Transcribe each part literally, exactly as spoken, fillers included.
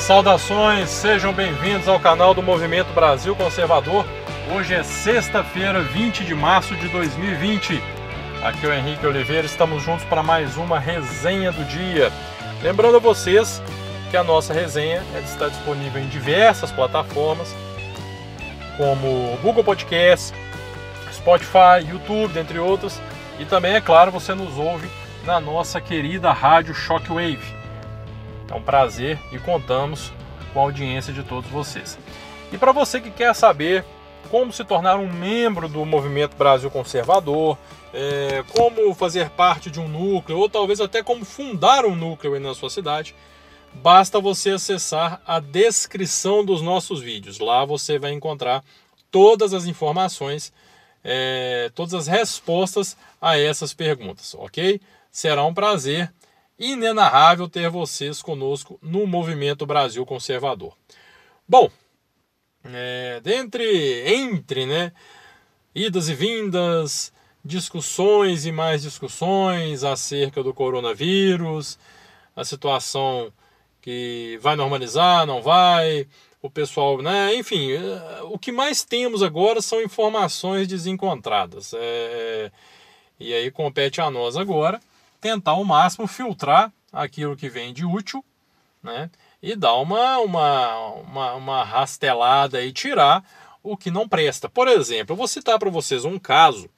Saudações, sejam bem-vindos ao canal do Movimento Brasil Conservador. Hoje é sexta-feira, vinte de março de dois mil e vinte. Aqui é o Henrique Oliveira, estamos juntos para mais uma resenha do dia. Lembrando a vocês que a nossa resenha está disponível em diversas plataformas, como Google Podcast, Spotify, YouTube, dentre outras. E também, é claro, você nos ouve na nossa querida rádio Shockwave. É um prazer e contamos com a audiência de todos vocês. E para você que quer saber como se tornar um membro do Movimento Brasil Conservador, é, como fazer parte de um núcleo, ou talvez até como fundar um núcleo aí na sua cidade, basta você acessar a descrição dos nossos vídeos. Lá você vai encontrar todas as informações, é, todas as respostas a essas perguntas, ok? Será um prazer inenarrável ter vocês conosco no Movimento Brasil Conservador. Bom, é, dentre, entre né, idas e vindas, discussões e mais discussões acerca do coronavírus, a situação que vai normalizar, não vai, o pessoal, né, enfim, o que mais temos agora são informações desencontradas. É, e aí compete a nós agora tentar ao máximo filtrar aquilo que vem de útil, né? E dar uma, uma, uma, uma rastelada e tirar o que não presta. Por exemplo, eu vou citar para vocês um caso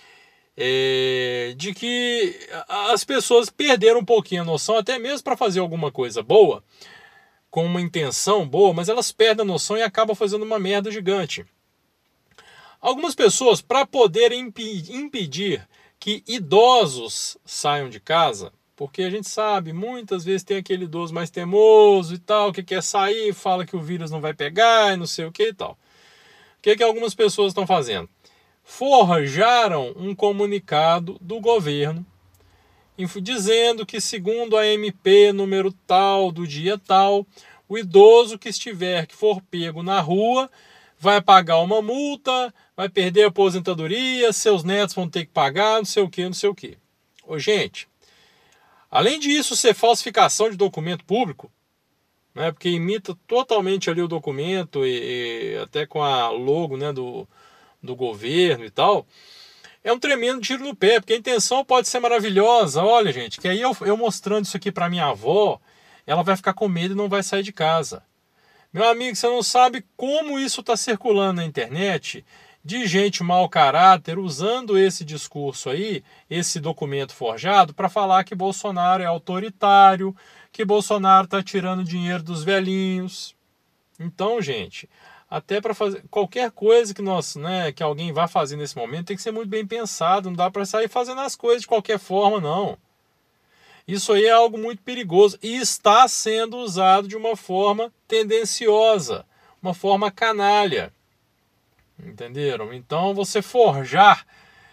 é, de que as pessoas perderam um pouquinho a noção, até mesmo para fazer alguma coisa boa, com uma intenção boa, mas elas perdem a noção e acabam fazendo uma merda gigante. Algumas pessoas, para poderem imp- impedir que idosos saiam de casa, porque a gente sabe, muitas vezes tem aquele idoso mais teimoso e tal, que quer sair, fala que o vírus não vai pegar e não sei o que e tal. O que, que algumas pessoas estão fazendo? Forjaram um comunicado do governo dizendo que, segundo a M P número tal, do dia tal, o idoso que estiver, que for pego na rua, vai pagar uma multa, vai perder a aposentadoria, seus netos vão ter que pagar, não sei o que, não sei o que. Ô, gente, além disso ser falsificação de documento público, né, porque imita totalmente ali o documento, e, e até com a logo, né, do, do governo e tal, é um tremendo tiro no pé, porque a intenção pode ser maravilhosa. Olha, gente, que aí eu, eu mostrando isso aqui para minha avó, ela vai ficar com medo e não vai sair de casa. Meu amigo, você não sabe como isso está circulando na internet, de gente mau caráter usando esse discurso aí, esse documento forjado, para falar que Bolsonaro é autoritário, que Bolsonaro está tirando dinheiro dos velhinhos. Então, gente, até para fazer qualquer coisa que nós, né, que alguém vá fazer nesse momento, tem que ser muito bem pensado, não dá para sair fazendo as coisas de qualquer forma, não. Isso aí é algo muito perigoso e está sendo usado de uma forma tendenciosa, uma forma canalha. Entenderam? Então, você forjar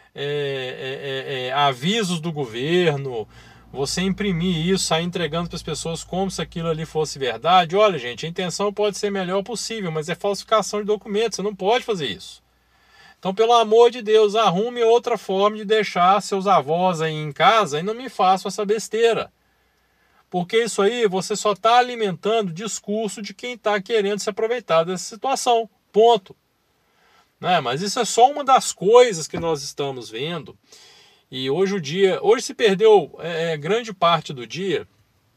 é, é, é, avisos do governo, você imprimir isso, sair entregando para as pessoas como se aquilo ali fosse verdade. Olha, gente, a intenção pode ser a melhor possível, mas é falsificação de documentos, você não pode fazer isso. Então, pelo amor de Deus, arrume outra forma de deixar seus avós aí em casa e não me façam essa besteira. Porque isso aí você só está alimentando o discurso de quem está querendo se aproveitar dessa situação. Ponto. Né? Mas isso é só uma das coisas que nós estamos vendo. E hoje o dia, hoje se perdeu é, grande parte do dia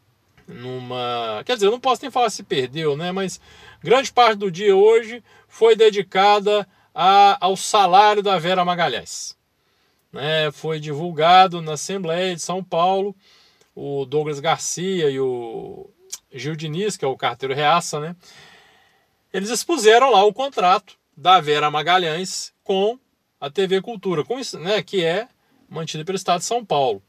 numa... Quer dizer, eu não posso nem falar se perdeu, né? Mas grande parte do dia hoje foi dedicada A, ao salário da Vera Magalhães. Né, foi divulgado na Assembleia de São Paulo, o Douglas Garcia e o Gil Diniz, que é o carteiro reaça, né, eles expuseram lá o contrato da Vera Magalhães com a T V Cultura, com isso, né, que é mantida pelo Estado de São Paulo.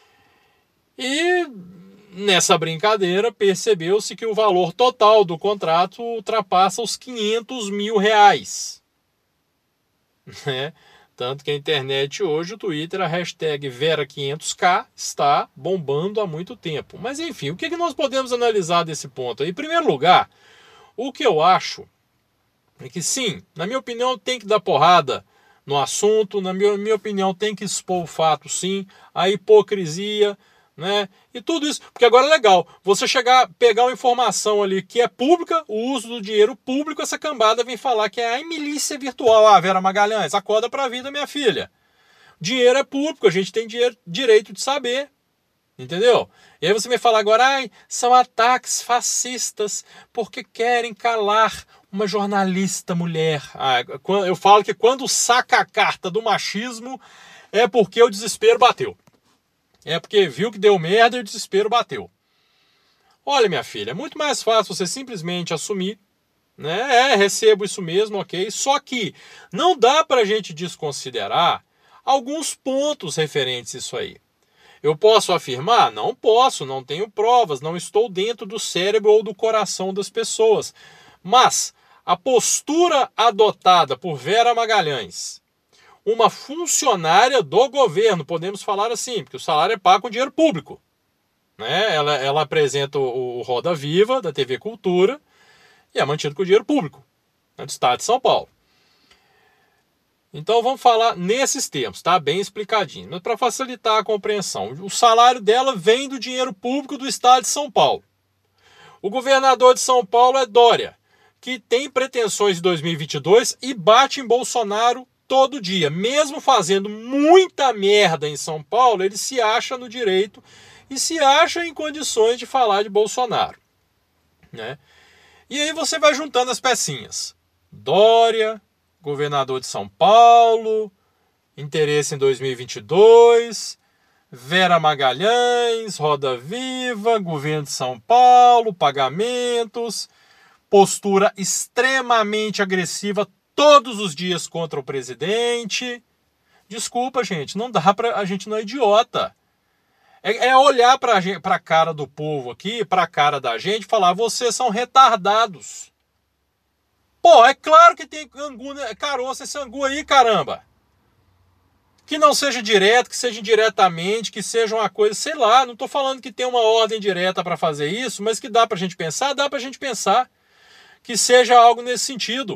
E nessa brincadeira percebeu-se que o valor total do contrato ultrapassa os quinhentos mil reais. Né? Tanto que a internet hoje, o Twitter, a hashtag Vera quinhentos K está bombando há muito tempo. Mas enfim, o que nós podemos analisar desse ponto? Em primeiro lugar, o que eu acho é que sim, na minha opinião tem que dar porrada no assunto, na minha, minha opinião tem que expor o fato sim, a hipocrisia, né? E tudo isso, porque agora é legal, você chegar, pegar uma informação ali que é pública, o uso do dinheiro público, essa cambada vem falar que é a milícia virtual. Ah, Vera Magalhães, acorda pra vida, minha filha. Dinheiro é público, a gente tem dinheiro, direito de saber, entendeu? E aí você vai falar agora, ai, são ataques fascistas porque querem calar uma jornalista mulher. Ah, eu falo que quando saca a carta do machismo é porque o desespero bateu. É porque viu que deu merda e o desespero bateu. Olha, minha filha, é muito mais fácil você simplesmente assumir, né? É, recebo isso mesmo, ok. Só que não dá pra gente desconsiderar alguns pontos referentes a isso aí. Eu posso afirmar? Não posso, não tenho provas, não estou dentro do cérebro ou do coração das pessoas. Mas a postura adotada por Vera Magalhães, uma funcionária do governo, podemos falar assim, porque o salário é pago com dinheiro público, né? Ela, ela apresenta o, o Roda Viva da T V Cultura e é mantido com dinheiro público, né, do Estado de São Paulo. Então vamos falar nesses termos, tá? Bem explicadinho. Mas para facilitar a compreensão, o salário dela vem do dinheiro público do Estado de São Paulo. O governador de São Paulo é Dória, que tem pretensões de dois mil e vinte e dois e bate em Bolsonaro todo dia. Mesmo fazendo muita merda em São Paulo, ele se acha no direito e se acha em condições de falar de Bolsonaro, né? E aí você vai juntando as pecinhas. Dória, governador de São Paulo, interesse em dois mil e vinte e dois, Vera Magalhães, Roda Viva, governo de São Paulo, pagamentos, postura extremamente agressiva todos os dias contra o presidente. Desculpa, gente, não dá pra... A gente não é idiota. É, é olhar pra, pra cara do povo aqui, pra cara da gente e falar, vocês são retardados. Pô, é claro que tem angu, caroço esse angu aí, caramba. Que não seja direto, que seja indiretamente, que seja uma coisa, sei lá, não tô falando que tem uma ordem direta pra fazer isso, mas que dá pra gente pensar, dá pra gente pensar que seja algo nesse sentido.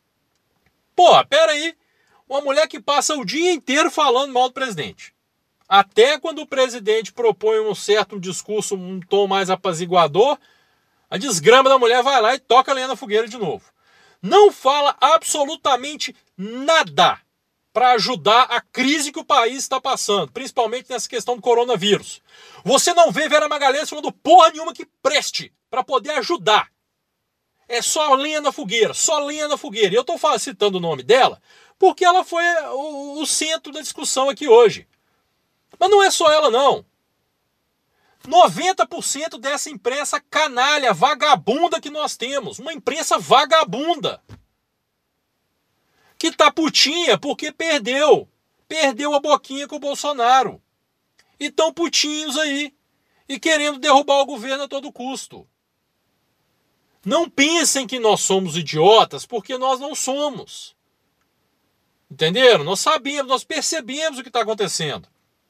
Pô, pera aí, uma mulher que passa o dia inteiro falando mal do presidente. Até quando o presidente propõe um certo discurso, um tom mais apaziguador, a desgrama da mulher vai lá e toca a lenha na fogueira de novo. Não fala absolutamente nada para ajudar a crise que o país está passando, principalmente nessa questão do coronavírus. Você não vê Vera Magalhães falando porra nenhuma que preste para poder ajudar. É só lenha na fogueira, só lenha na fogueira. E eu estou citando o nome dela porque ela foi o, o centro da discussão aqui hoje. Mas não é só ela, não. noventa por cento dessa imprensa canalha, vagabunda que nós temos. Uma imprensa vagabunda. Que tá putinha porque perdeu. Perdeu a boquinha com o Bolsonaro. E tão putinhos aí. E querendo derrubar o governo a todo custo. Não pensem que nós somos idiotas, porque nós não somos. Entenderam? Nós sabemos, nós percebemos o que está acontecendo.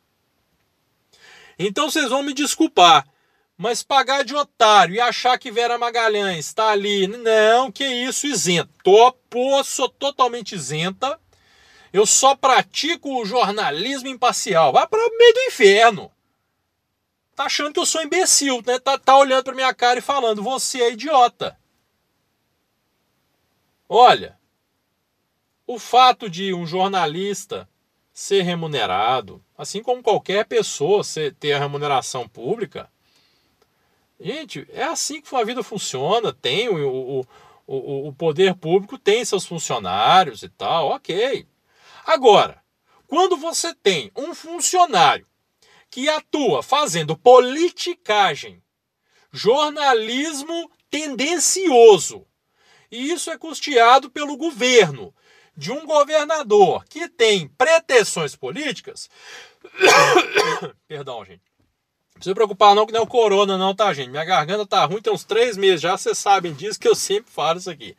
Então vocês vão me desculpar, mas pagar de otário e achar que Vera Magalhães está ali, não, que isso, isento. Tô, sou totalmente isenta. Eu só pratico o jornalismo imparcial. Vai para o meio do inferno. Tá achando que eu sou imbecil, né? Tá, tá olhando para minha cara e falando, você é idiota. Olha, o fato de um jornalista ser remunerado, assim como qualquer pessoa ter a remuneração pública, gente, é assim que a vida funciona. Tem o, o, o, o poder público tem seus funcionários e tal, ok. Agora, quando você tem um funcionário que atua fazendo politicagem, jornalismo tendencioso, e isso é custeado pelo governo, de um governador que tem pretensões políticas... Perdão, gente. Não precisa preocupar não, que não é o corona não, tá, gente? Minha garganta tá ruim, tem uns três meses já, vocês sabem disso, que eu sempre falo isso aqui.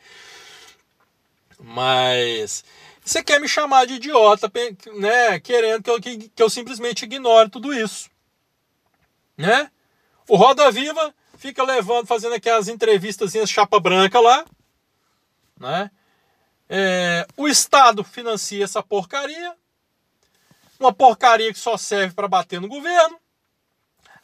Mas... você quer me chamar de idiota, né? Querendo que eu, que, que eu simplesmente ignore tudo isso. Né? O Roda Viva fica levando, fazendo aquelas entrevistazinhas chapa branca lá. Né? É, o Estado financia essa porcaria. Uma porcaria que só serve para bater no governo.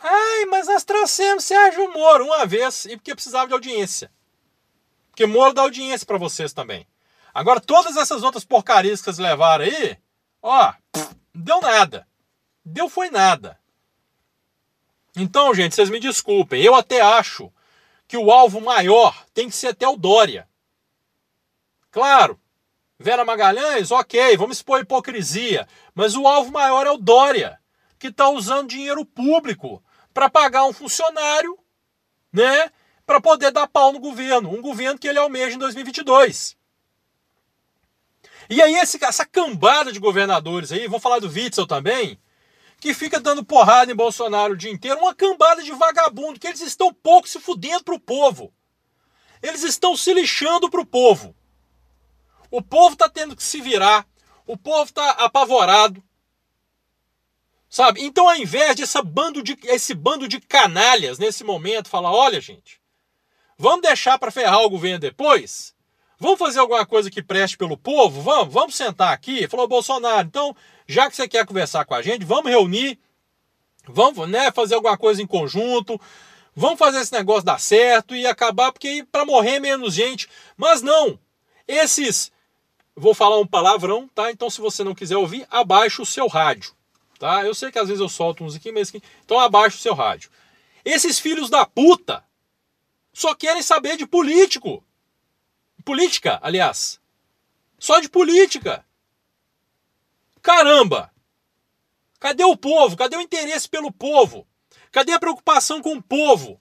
Ai, mas nós trouxemos Sérgio Moro uma vez e porque precisava de audiência. Porque Moro dá audiência para vocês também. Agora, todas essas outras porcarias que vocês levaram aí, ó, pff, não deu nada. Deu foi nada. Então, gente, vocês me desculpem. Eu até acho que o alvo maior tem que ser até o Dória. Claro, Vera Magalhães, ok, vamos expor a hipocrisia. Mas o alvo maior é o Dória, que está usando dinheiro público para pagar um funcionário, né, para poder dar pau no governo. Um governo que ele almeja em dois mil e vinte e dois. E aí esse, essa cambada de governadores aí, vou falar do Witzel também, que fica dando porrada em Bolsonaro o dia inteiro, uma cambada de vagabundo, que eles estão pouco se fudendo pro povo. Eles estão se lixando pro povo. O povo tá tendo que se virar, o povo tá apavorado, sabe? Então, ao invés de essa bando de, esse bando de canalhas nesse momento falar, olha, gente, vamos deixar para ferrar o governo depois? Vamos fazer alguma coisa que preste pelo povo? Vamos, vamos sentar aqui. Falou, Bolsonaro, então, já que você quer conversar com a gente, vamos reunir, vamos, né, fazer alguma coisa em conjunto, vamos fazer esse negócio dar certo e acabar, porque para morrer menos gente. Mas não, esses, vou falar um palavrão, tá? Então, se você não quiser ouvir, abaixa o seu rádio, tá? Eu sei que às vezes eu solto uns aqui, mas então abaixa o seu rádio. Esses filhos da puta só querem saber de político. Política, aliás. Só de política. Caramba! Cadê o povo? Cadê o interesse pelo povo? Cadê a preocupação com o povo?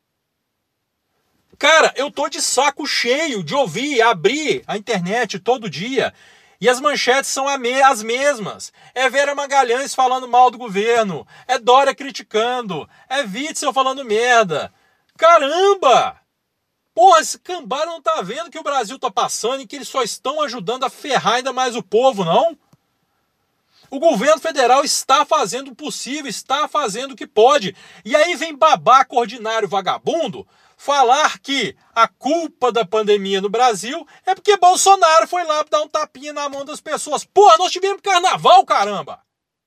Cara, eu tô de saco cheio de ouvir, abrir a internet todo dia e as manchetes são as mesmas. É Vera Magalhães falando mal do governo, é Dória criticando, é Witzel falando merda. Caramba! Porra, esse cambada não tá vendo que o Brasil tá passando e que eles só estão ajudando a ferrar ainda mais o povo, não? O governo federal está fazendo o possível, está fazendo o que pode. E aí vem babaca ordinário vagabundo falar que a culpa da pandemia no Brasil é porque Bolsonaro foi lá dar um tapinha na mão das pessoas. Porra, nós tivemos carnaval, caramba!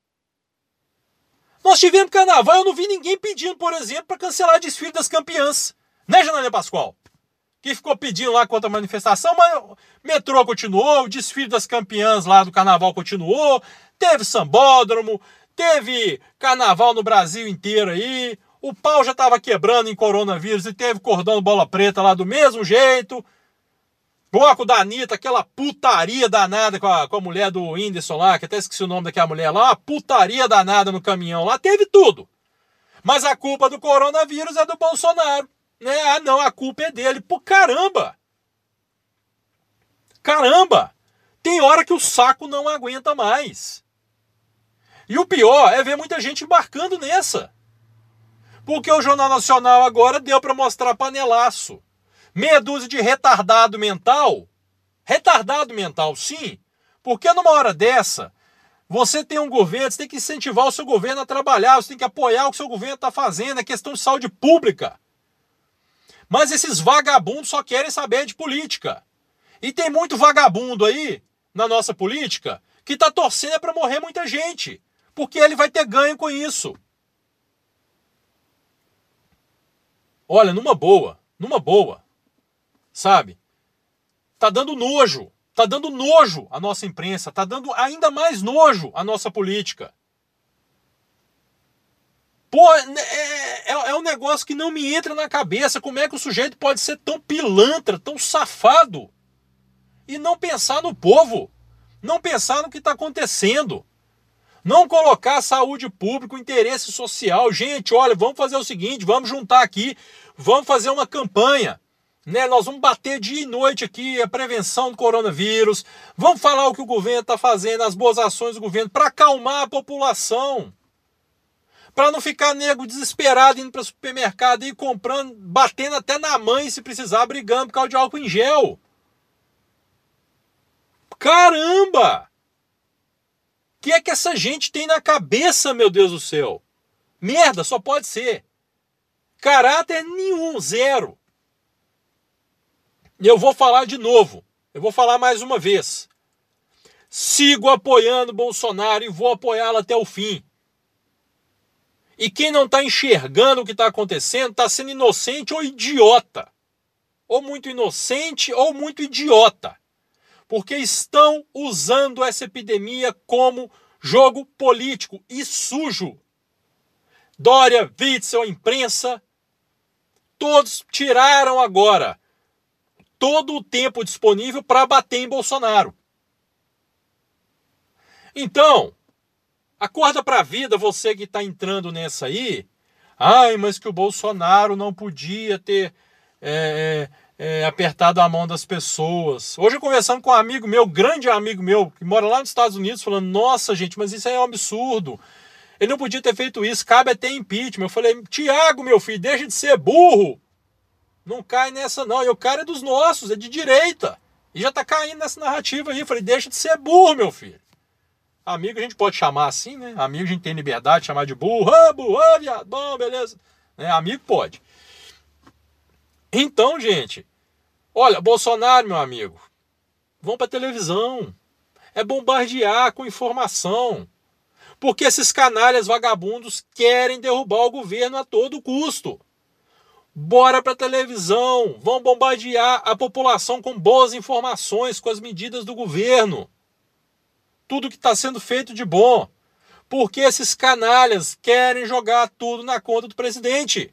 Nós tivemos carnaval, eu não vi ninguém pedindo, por exemplo, para cancelar desfile das campeãs. Né, Janaína Pascoal? Que ficou pedindo lá contra a manifestação, mas o metrô continuou, o desfile das campeãs lá do carnaval continuou, teve sambódromo, teve carnaval no Brasil inteiro aí, o pau já estava quebrando em coronavírus e teve cordão bola preta lá do mesmo jeito, bloco da Anitta, aquela putaria danada com a, com a mulher do Whindersson lá, que até esqueci o nome daquela mulher lá, uma putaria danada no caminhão lá, teve tudo. Mas a culpa do coronavírus é do Bolsonaro. Né? Ah, não, a culpa é dele. Pô, caramba! Caramba! Tem hora que o saco não aguenta mais. E o pior é ver muita gente embarcando nessa. Porque o Jornal Nacional agora deu para mostrar panelaço. Meia dúzia de retardado mental. Retardado mental, sim. Porque numa hora dessa, você tem um governo, você tem que incentivar o seu governo a trabalhar, você tem que apoiar o que o seu governo está fazendo, é questão de saúde pública. Mas esses vagabundos só querem saber de política. E tem muito vagabundo aí, na nossa política, que está torcendo para morrer muita gente. Porque ele vai ter ganho com isso. Olha, numa boa, numa boa, sabe? Tá dando nojo, tá dando nojo a nossa imprensa, tá dando ainda mais nojo a nossa política. Pô, é, é, é um negócio que não me entra na cabeça. Como é que o sujeito pode ser tão pilantra, tão safado e não pensar no povo, não pensar no que está acontecendo, não colocar a saúde pública, o interesse social. Gente, olha, vamos fazer o seguinte, vamos juntar aqui, vamos fazer uma campanha, né? Nós vamos bater dia e noite aqui a prevenção do coronavírus, vamos falar o que o governo está fazendo, as boas ações do governo para acalmar a população. Para não ficar nego desesperado indo para o supermercado e comprando, batendo até na mãe se precisar, brigando por causa de álcool em gel. Caramba! O que é que essa gente tem na cabeça, meu Deus do céu? Merda, só pode ser. Caráter nenhum, zero. E eu vou falar de novo. Eu vou falar mais uma vez. Sigo apoiando Bolsonaro e vou apoiá-lo até o fim. E quem não está enxergando o que está acontecendo está sendo inocente ou idiota. Ou muito inocente ou muito idiota. Porque estão usando essa epidemia como jogo político e sujo. Dória, Witzel, a imprensa, todos tiraram agora todo o tempo disponível para bater em Bolsonaro. Então, acorda para a vida, você que está entrando nessa aí. Ai, mas que o Bolsonaro não podia ter é, é, apertado a mão das pessoas. Hoje eu conversando com um amigo meu, grande amigo meu, que mora lá nos Estados Unidos, falando, nossa gente, mas isso aí é um absurdo. Ele não podia ter feito isso, cabe até impeachment. Eu falei, Tiago, meu filho, deixa de ser burro. Não cai nessa não, e o cara é dos nossos, é de direita. E já tá caindo nessa narrativa aí. Eu falei, deixa de ser burro, meu filho. Amigo a gente pode chamar assim, né? Amigo a gente tem liberdade de chamar de burro. Ah, burro, ah, viado, bom, beleza. É, amigo pode. Então, gente, olha, Bolsonaro, meu amigo, vão pra televisão. É bombardear com informação. Porque esses canalhas vagabundos querem derrubar o governo a todo custo. Bora pra televisão, vão bombardear a população com boas informações, com as medidas do governo. Tudo que está sendo feito de bom. Porque esses canalhas querem jogar tudo na conta do presidente.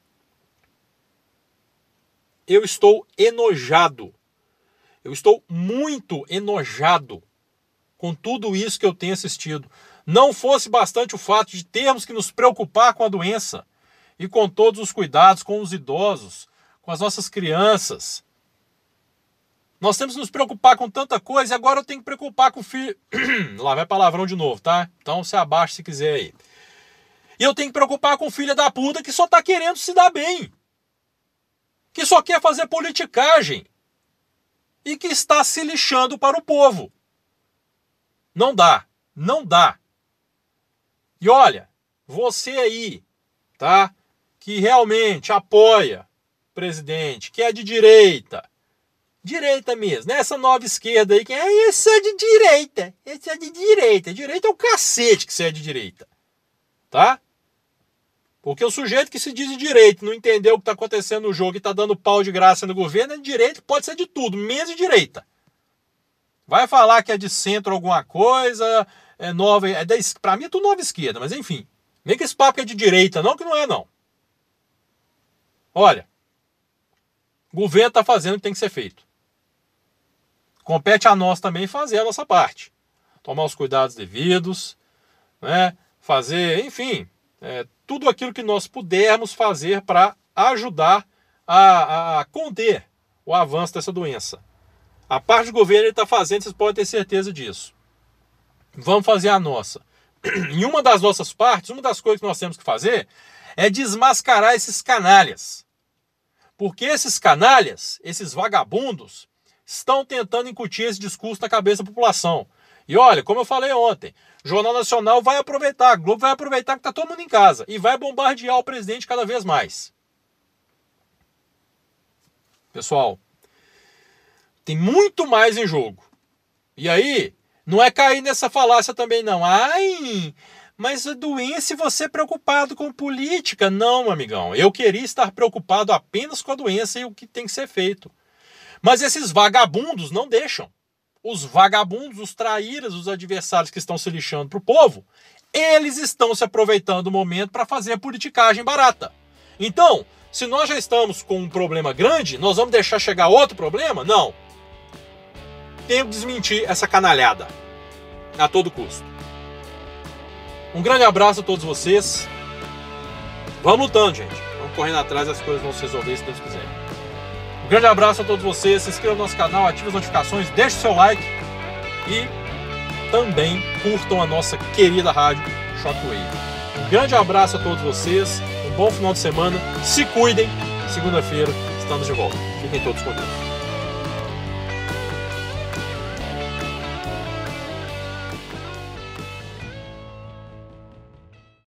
Eu estou enojado. Eu estou muito enojado com tudo isso que eu tenho assistido. Não fosse bastante o fato de termos que nos preocupar com a doença e com todos os cuidados, com os idosos, com as nossas crianças. Nós temos que nos preocupar com tanta coisa e agora eu tenho que preocupar com o filho. Lá vai palavrão de novo, tá? Então você abaixa se quiser aí. E eu tenho que preocupar com o filho da puta que só tá querendo se dar bem. Que só quer fazer politicagem. E que está se lixando para o povo. Não dá. Não dá. E olha, você aí, tá? Que realmente apoia o presidente, que é de direita. Direita mesmo, né? Essa nova esquerda aí, que é isso é de direita. Esse é de direita. Direita é o cacete que você é de direita. Tá? Porque o sujeito que se diz de direita, não entendeu o que está acontecendo no jogo e está dando pau de graça no governo, é de direita, pode ser de tudo, menos de direita. Vai falar que é de centro alguma coisa, é nova, é para mim é tudo nova esquerda, mas enfim. Nem que esse papo que é de direita, não, que não é não. Olha, o governo está fazendo o que tem que ser feito. Compete a nós também fazer a nossa parte. Tomar os cuidados devidos, né? Fazer, enfim, é, tudo aquilo que nós pudermos fazer para ajudar a, a conter o avanço dessa doença. A parte do governo ele está fazendo, vocês podem ter certeza disso. Vamos fazer a nossa. E uma das nossas partes, uma das coisas que nós temos que fazer é desmascarar esses canalhas. Porque esses canalhas, esses vagabundos, estão tentando incutir esse discurso na cabeça da população. E olha, como eu falei ontem, o Jornal Nacional vai aproveitar, a Globo vai aproveitar que está todo mundo em casa e vai bombardear o presidente cada vez mais. Pessoal, tem muito mais em jogo. E aí, não é cair nessa falácia também não. Ai, mas a doença e você preocupado com política. Não, amigão, eu queria estar preocupado apenas com a doença e o que tem que ser feito. Mas esses vagabundos não deixam. Os vagabundos, os traíras, os adversários que estão se lixando para o povo, eles estão se aproveitando do momento para fazer a politicagem barata. Então, se nós já estamos com um problema grande, nós vamos deixar chegar outro problema? Não. Tenho que desmentir essa canalhada a todo custo. Um grande abraço a todos vocês. Vamos lutando, gente. Vamos correndo atrás, as coisas vão se resolver se Deus quiser. Um grande abraço a todos vocês, se inscreva no nosso canal, ative as notificações, deixe o seu like e também curtam a nossa querida rádio Shockwave. Um grande abraço a todos vocês, um bom final de semana, se cuidem, segunda-feira estamos de volta. Fiquem todos com Deus.